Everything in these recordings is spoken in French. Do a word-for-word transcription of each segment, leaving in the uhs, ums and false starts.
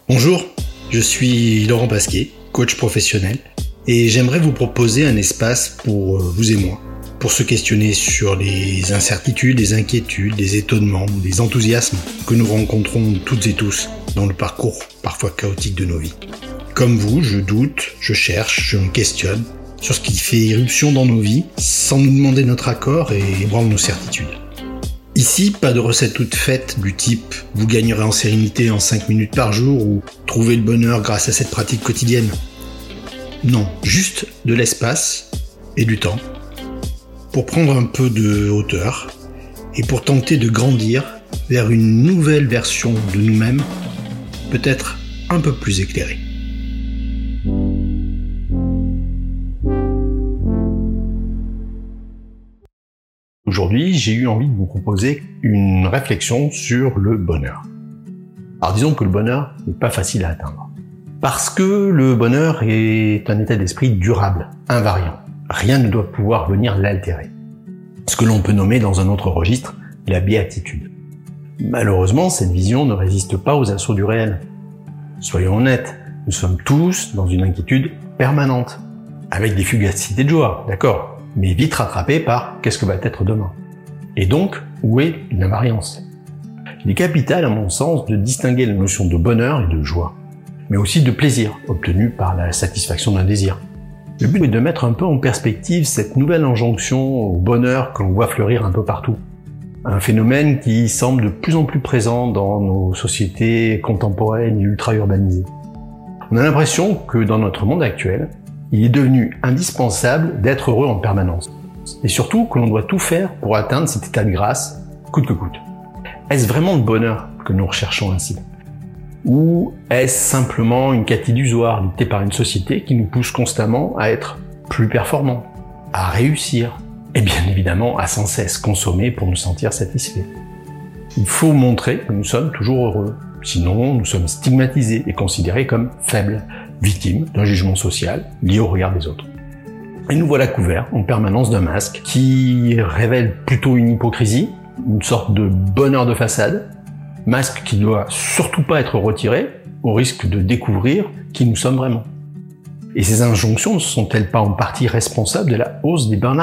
Bonjour, je suis Laurent Pasquier, coach professionnel, et j'aimerais vous proposer un espace pour vous et moi, pour se questionner sur les incertitudes, les inquiétudes, les étonnements, les enthousiasmes que nous rencontrons toutes et tous dans le parcours parfois chaotique de nos vies. Comme vous, je doute, je cherche, je me questionne sur ce qui fait irruption dans nos vies sans nous demander notre accord et ébranle nos certitudes. Ici, pas de recette toute faite du type « vous gagnerez en sérénité en cinq minutes par jour » ou « trouvez le bonheur grâce à cette pratique quotidienne ». Non, juste de l'espace et du temps pour prendre un peu de hauteur et pour tenter de grandir vers une nouvelle version de nous-mêmes, peut-être un peu plus éclairée. Aujourd'hui, j'ai eu envie de vous proposer une réflexion sur le bonheur. Alors disons que le bonheur n'est pas facile à atteindre. Parce que le bonheur est un état d'esprit durable, invariant. Rien ne doit pouvoir venir l'altérer. Ce que l'on peut nommer dans un autre registre la béatitude. Malheureusement, cette vision ne résiste pas aux assauts du réel. Soyons honnêtes, nous sommes tous dans une inquiétude permanente. Avec des fugacités de joie, d'accord, mais vite rattrapé par « qu'est-ce que va être demain ?» Et donc, où est l'invariance ? Il est capital, à mon sens, de distinguer la notion de bonheur et de joie, mais aussi de plaisir, obtenu par la satisfaction d'un désir. Le but est de mettre un peu en perspective cette nouvelle injonction au bonheur que l'on voit fleurir un peu partout. Un phénomène qui semble de plus en plus présent dans nos sociétés contemporaines et ultra-urbanisées. On a l'impression que dans notre monde actuel, il est devenu indispensable d'être heureux en permanence. Et surtout que l'on doit tout faire pour atteindre cet état de grâce, coûte que coûte. Est-ce vraiment le bonheur que nous recherchons ainsi ? Ou est-ce simplement une quête illusoire dictée par une société qui nous pousse constamment à être plus performants, à réussir, et bien évidemment à sans cesse consommer pour nous sentir satisfaits ? Il faut montrer que nous sommes toujours heureux. Sinon, nous sommes stigmatisés et considérés comme faibles, victimes d'un jugement social lié au regard des autres. Et nous voilà couverts en permanence d'un masque qui révèle plutôt une hypocrisie, une sorte de bonheur de façade, masque qui ne doit surtout pas être retiré au risque de découvrir qui nous sommes vraiment. Et ces injonctions ne sont-elles pas en partie responsables de la hausse des burn-out ?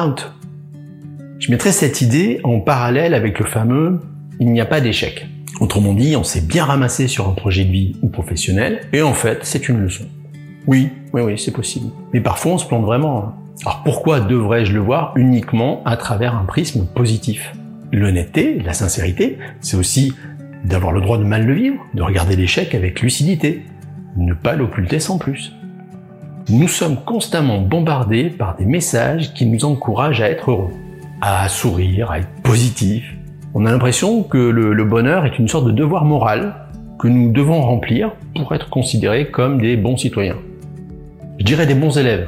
Je mettrai cette idée en parallèle avec le fameux « il n'y a pas d'échec ». Autrement dit, on s'est bien ramassé sur un projet de vie ou professionnel, et en fait, c'est une leçon. Oui, oui, oui, c'est possible. Mais parfois, on se plante vraiment. Alors pourquoi devrais-je le voir uniquement à travers un prisme positif ? L'honnêteté, la sincérité, c'est aussi d'avoir le droit de mal le vivre, de regarder l'échec avec lucidité, ne pas l'occulter sans plus. Nous sommes constamment bombardés par des messages qui nous encouragent à être heureux, à sourire, à être positif. On a l'impression que le, le bonheur est une sorte de devoir moral que nous devons remplir pour être considérés comme des bons citoyens. Je dirais des bons élèves.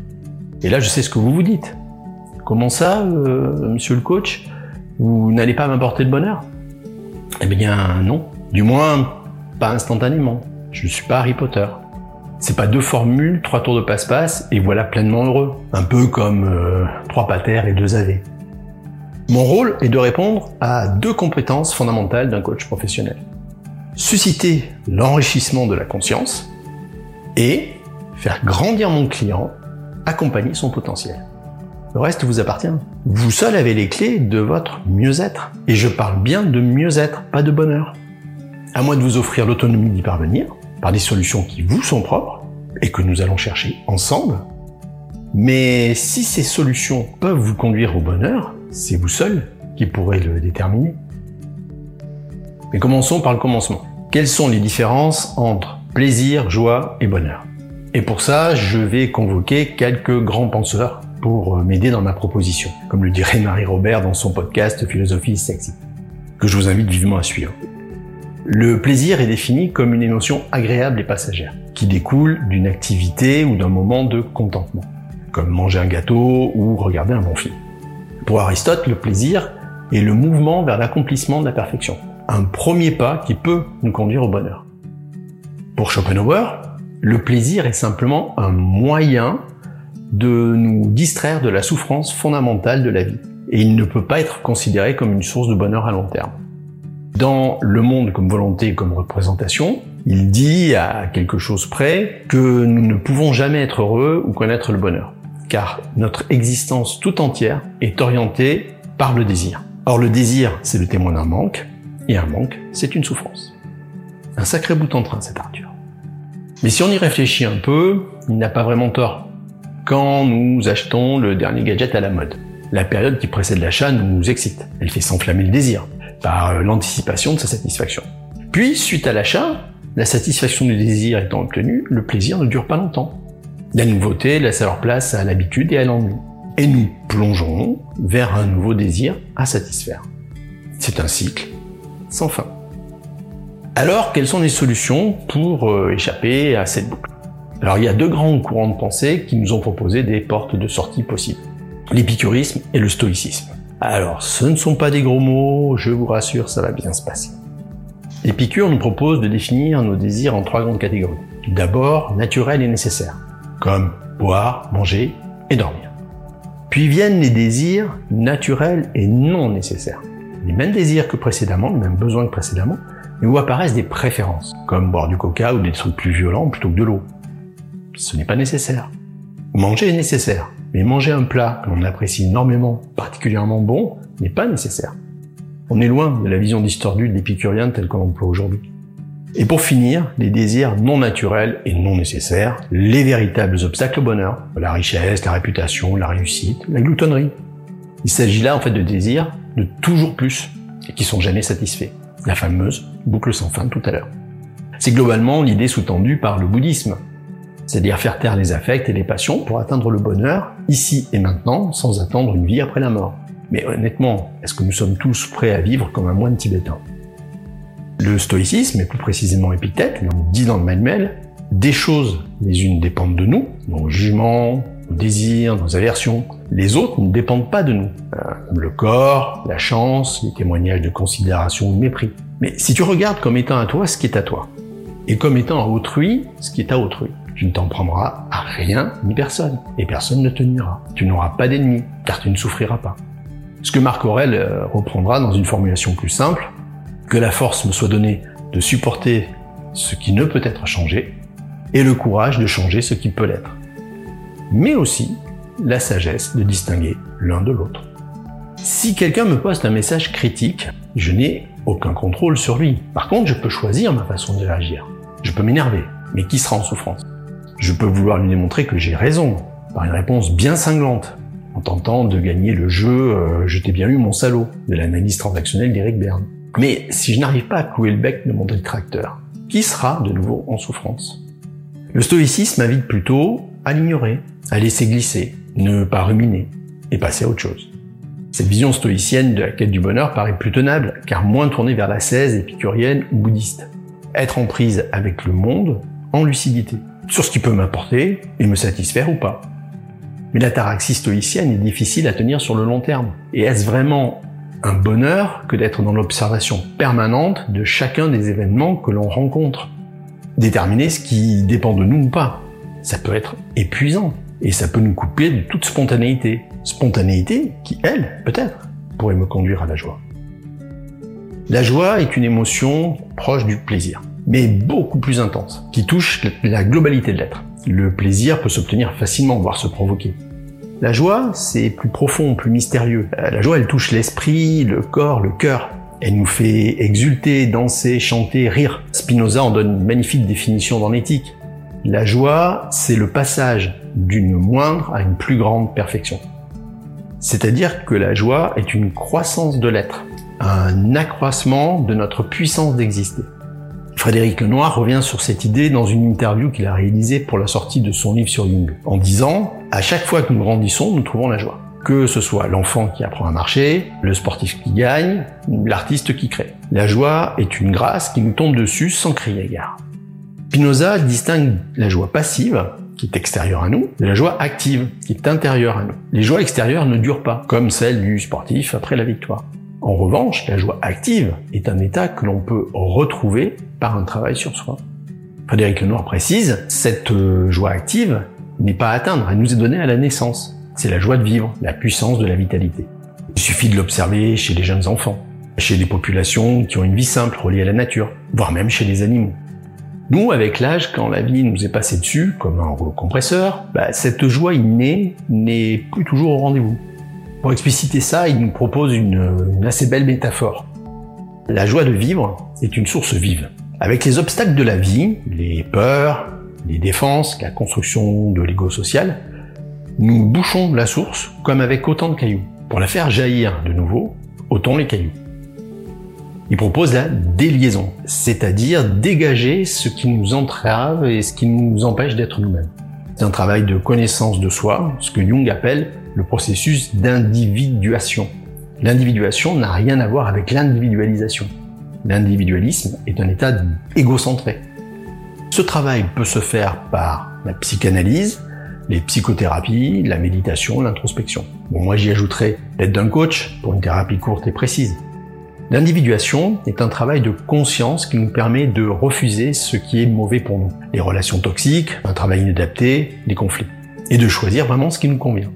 Et là, je sais ce que vous vous dites. Comment ça, euh, monsieur le coach, vous n'allez pas m'apporter le bonheur ? Eh bien, non. Du moins, pas instantanément. Je ne suis pas Harry Potter. C'est pas deux formules, trois tours de passe-passe, et voilà pleinement heureux. Un peu comme euh, trois patères et deux avés. Mon rôle est de répondre à deux compétences fondamentales d'un coach professionnel. Susciter l'enrichissement de la conscience et faire grandir mon client, accompagner son potentiel. Le reste vous appartient. Vous seul avez les clés de votre mieux-être. Et je parle bien de mieux-être, pas de bonheur. À moi de vous offrir l'autonomie d'y parvenir, par des solutions qui vous sont propres et que nous allons chercher ensemble. Mais si ces solutions peuvent vous conduire au bonheur, c'est vous seul qui pourrez le déterminer. Mais commençons par le commencement. Quelles sont les différences entre plaisir, joie et bonheur ? Et pour ça, je vais convoquer quelques grands penseurs pour m'aider dans ma proposition, comme le dirait Marie-Robert dans son podcast Philosophie Sexy, que je vous invite vivement à suivre. Le plaisir est défini comme une émotion agréable et passagère, qui découle d'une activité ou d'un moment de contentement, comme manger un gâteau ou regarder un bon film. Pour Aristote, le plaisir est le mouvement vers l'accomplissement de la perfection, un premier pas qui peut nous conduire au bonheur. Pour Schopenhauer, le plaisir est simplement un moyen de nous distraire de la souffrance fondamentale de la vie, et il ne peut pas être considéré comme une source de bonheur à long terme. Dans le monde comme volonté et comme représentation, Il dit, à quelque chose près, que nous ne pouvons jamais être heureux ou connaître le bonheur, car notre existence tout entière est orientée par le désir. Or le désir, c'est le témoin d'un manque, et un manque, c'est une souffrance. Un sacré bout en train, cet Arthur. Mais si on y réfléchit un peu, il n'a pas vraiment tort. Quand nous achetons le dernier gadget à la mode, la période qui précède l'achat nous excite. Elle fait s'enflammer le désir, par l'anticipation de sa satisfaction. Puis, suite à l'achat, la satisfaction du désir étant obtenue, le plaisir ne dure pas longtemps. La nouveauté laisse alors place à l'habitude et à l'ennui. Et nous plongeons vers un nouveau désir à satisfaire. C'est un cycle sans fin. Alors, quelles sont les solutions pour euh, échapper à cette boucle? Alors, il y a deux grands courants de pensée qui nous ont proposé des portes de sortie possibles. L'épicurisme et le stoïcisme. Alors, ce ne sont pas des gros mots, je vous rassure, ça va bien se passer. Épicure nous propose de définir nos désirs en trois grandes catégories. D'abord, naturels et nécessaires, comme boire, manger et dormir. Puis viennent les désirs naturels et non nécessaires. Les mêmes désirs que précédemment, les mêmes besoins que précédemment, mais où apparaissent des préférences, comme boire du coca ou des trucs plus violents plutôt que de l'eau. Ce n'est pas nécessaire. Manger est nécessaire, mais manger un plat que l'on apprécie énormément, particulièrement bon, n'est pas nécessaire. On est loin de la vision distordue de l'épicurien telle qu'on l'emploie aujourd'hui. Et pour finir, les désirs non naturels et non nécessaires, les véritables obstacles au bonheur, la richesse, la réputation, la réussite, la gloutonnerie. Il s'agit là en fait de désirs de toujours plus et qui sont jamais satisfaits. La fameuse boucle sans fin tout à l'heure. C'est globalement l'idée sous-tendue par le bouddhisme, c'est-à-dire faire taire les affects et les passions pour atteindre le bonheur ici et maintenant sans attendre une vie après la mort. Mais honnêtement, est-ce que nous sommes tous prêts à vivre comme un moine tibétain? Le stoïcisme, et plus précisément Épictète, lui dit dans le manuel, des choses, les unes dépendent de nous, nos jugements, nos désirs, nos aversions. Les autres ne dépendent pas de nous. Euh, le corps, la chance, les témoignages de considération ou de mépris. Mais si tu regardes comme étant à toi ce qui est à toi, et comme étant à autrui ce qui est à autrui, tu ne t'en prendras à rien ni personne, et personne ne te nuira. Tu n'auras pas d'ennemis, car tu ne souffriras pas. Ce que Marc Aurèle reprendra dans une formulation plus simple, que la force me soit donnée de supporter ce qui ne peut être changé, et le courage de changer ce qui peut l'être. Mais aussi la sagesse de distinguer l'un de l'autre. Si quelqu'un me poste un message critique, je n'ai aucun contrôle sur lui. Par contre, je peux choisir ma façon de réagir. Je peux m'énerver, mais qui sera en souffrance? Je peux vouloir lui démontrer que j'ai raison, par une réponse bien cinglante, en tentant de gagner le jeu euh, « Je t'ai bien eu mon salaud » de l'analyse transactionnelle d'Éric Berne. Mais si je n'arrive pas à clouer le bec de mon détracteur, qui sera de nouveau en souffrance? Le stoïcisme invite plutôt à l'ignorer, à laisser glisser, ne pas ruminer, et passer à autre chose. Cette vision stoïcienne de la quête du bonheur paraît plus tenable, car moins tournée vers l'ascèse épicurienne ou bouddhiste. Être en prise avec le monde en lucidité, sur ce qui peut m'apporter et me satisfaire ou pas. Mais l'ataraxie stoïcienne est difficile à tenir sur le long terme. Et est-ce vraiment un bonheur que d'être dans l'observation permanente de chacun des événements que l'on rencontre? Déterminer ce qui dépend de nous ou pas. Ça peut être épuisant. Et ça peut nous couper de toute spontanéité. Spontanéité qui, elle, peut-être, pourrait me conduire à la joie. La joie est une émotion proche du plaisir, mais beaucoup plus intense, qui touche la globalité de l'être. Le plaisir peut s'obtenir facilement, voire se provoquer. La joie, c'est plus profond, plus mystérieux. La joie, elle touche l'esprit, le corps, le cœur. Elle nous fait exulter, danser, chanter, rire. Spinoza en donne une magnifique définition dans l'Éthique. La joie, c'est le passage d'une moindre à une plus grande perfection. C'est-à-dire que la joie est une croissance de l'être, un accroissement de notre puissance d'exister. Frédéric Lenoir revient sur cette idée dans une interview qu'il a réalisée pour la sortie de son livre sur Jung, en disant « À chaque fois que nous grandissons, nous trouvons la joie. Que ce soit l'enfant qui apprend à marcher, le sportif qui gagne, ou l'artiste qui crée. La joie est une grâce qui nous tombe dessus sans crier gare. » Spinoza distingue la joie passive, qui est extérieure à nous, de la joie active, qui est intérieure à nous. Les joies extérieures ne durent pas, comme celle du sportif après la victoire. En revanche, la joie active est un état que l'on peut retrouver par un travail sur soi. Frédéric Lenoir précise, cette joie active n'est pas à atteindre, elle nous est donnée à la naissance. C'est la joie de vivre, la puissance de la vitalité. Il suffit de l'observer chez les jeunes enfants, chez les populations qui ont une vie simple reliée à la nature, voire même chez les animaux. Nous, avec l'âge, quand la vie nous est passée dessus, comme un rouleau compresseur, bah, cette joie innée n'est plus toujours au rendez-vous. Pour expliciter ça, il nous propose une, une assez belle métaphore. La joie de vivre est une source vive. Avec les obstacles de la vie, les peurs, les défenses, la construction de l'ego social, nous bouchons la source comme avec autant de cailloux. Pour la faire jaillir de nouveau, ôtons les cailloux. Il propose la déliaison, c'est-à-dire dégager ce qui nous entrave et ce qui nous empêche d'être nous-mêmes. C'est un travail de connaissance de soi, ce que Jung appelle le processus d'individuation. L'individuation n'a rien à voir avec l'individualisation. L'individualisme est un état égocentré. Ce travail peut se faire par la psychanalyse, les psychothérapies, la méditation, l'introspection. Bon, moi j'y ajouterai l'aide d'un coach pour une thérapie courte et précise. L'individuation est un travail de conscience qui nous permet de refuser ce qui est mauvais pour nous. Les relations toxiques, un travail inadapté, les conflits. Et de choisir vraiment ce qui nous convient.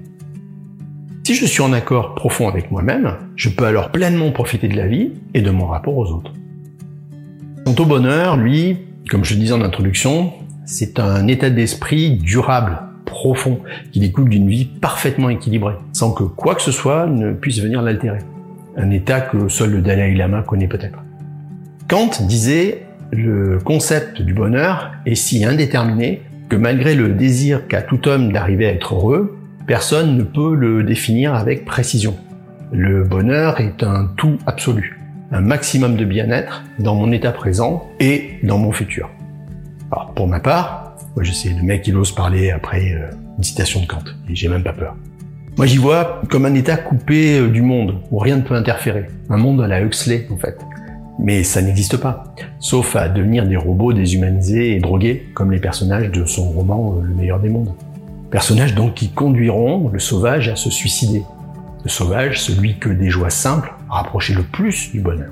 Si je suis en accord profond avec moi-même, je peux alors pleinement profiter de la vie et de mon rapport aux autres. Quant au bonheur, lui, comme je le disais en introduction, c'est un état d'esprit durable, profond, qui découle d'une vie parfaitement équilibrée, sans que quoi que ce soit ne puisse venir l'altérer. Un état que seul le Dalai Lama connaît peut-être. Kant disait « Le concept du bonheur est si indéterminé que malgré le désir qu'a tout homme d'arriver à être heureux, personne ne peut le définir avec précision. Le bonheur est un tout absolu, un maximum de bien-être dans mon état présent et dans mon futur. » Alors pour ma part, moi je sais, le mec il ose parler après euh, une citation de Kant, et j'ai même pas peur. Moi j'y vois comme un état coupé euh, du monde, où rien ne peut interférer. Un monde à la Huxley en fait. Mais ça n'existe pas, sauf à devenir des robots déshumanisés et drogués, comme les personnages de son roman euh, Le meilleur des mondes. Personnages donc qui conduiront le sauvage à se suicider. Le sauvage, celui que des joies simples rapprochaient le plus du bonheur.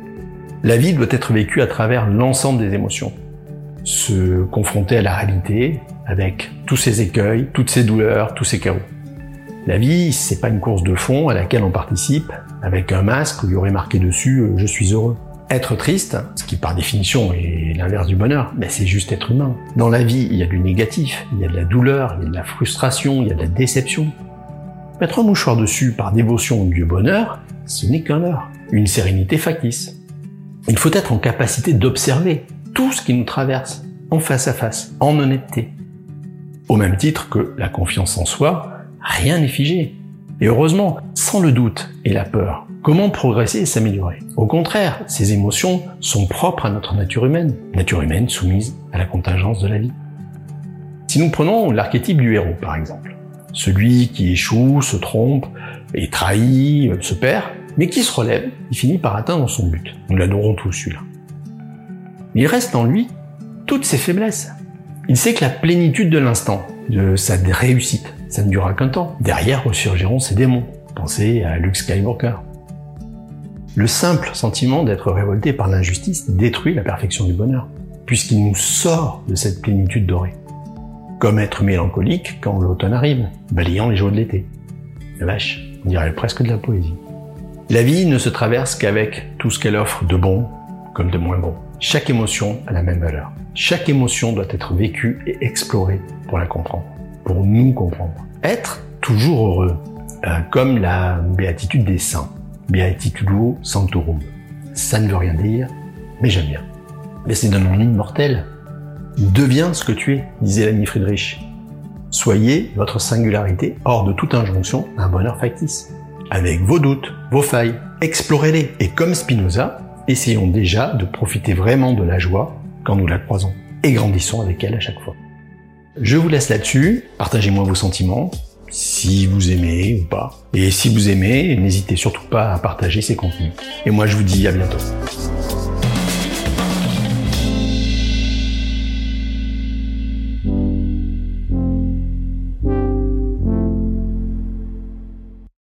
La vie doit être vécue à travers l'ensemble des émotions. Se confronter à la réalité, avec tous ses écueils, toutes ses douleurs, tous ses chaos. La vie, c'est pas une course de fond à laquelle on participe, avec un masque où il y aurait marqué dessus euh, « je suis heureux ». Être triste, ce qui par définition est l'inverse du bonheur, ben c'est juste être humain. Dans la vie, il y a du négatif, il y a de la douleur, il y a de la frustration, il y a de la déception. Mettre un mouchoir dessus par dévotion au dieu bonheur, ce n'est qu'un leurre, une sérénité factice. Il faut être en capacité d'observer tout ce qui nous traverse, en face à face, en honnêteté. Au même titre que la confiance en soi, rien n'est figé. Et heureusement, sans le doute et la peur, comment progresser et s'améliorer? Au contraire, ces émotions sont propres à notre nature humaine, nature humaine soumise à la contingence de la vie. Si nous prenons l'archétype du héros, par exemple, celui qui échoue, se trompe, est trahi, se perd, mais qui se relève, il finit par atteindre son but. Nous l'adorons tous, celui-là. Mais il reste en lui toutes ses faiblesses. Il sait que la plénitude de l'instant, de sa réussite, ça ne durera qu'un temps. Derrière ressurgiront ses démons. Pensez à Luke Skywalker. Le simple sentiment d'être révolté par l'injustice détruit la perfection du bonheur, puisqu'il nous sort de cette plénitude dorée. Comme être mélancolique quand l'automne arrive, balayant les jours de l'été. La vache, on dirait presque de la poésie. La vie ne se traverse qu'avec tout ce qu'elle offre de bon comme de moins bon. Chaque émotion a la même valeur. Chaque émotion doit être vécue et explorée pour la comprendre, pour nous comprendre. Être toujours heureux, euh, comme la béatitude des saints. Beatitudo sanctorum. Ça ne veut rien dire, mais j'aime bien. Mais c'est d'un nom immortel. Deviens ce que tu es, disait l'ami Friedrich. Soyez votre singularité hors de toute injonction à un bonheur factice. Avec vos doutes, vos failles, explorez-les. Et comme Spinoza, essayons déjà de profiter vraiment de la joie quand nous la croisons. Et grandissons avec elle à chaque fois. Je vous laisse là-dessus. Partagez-moi vos sentiments, si vous aimez ou pas. Et si vous aimez, n'hésitez surtout pas à partager ces contenus. Et moi, je vous dis à bientôt.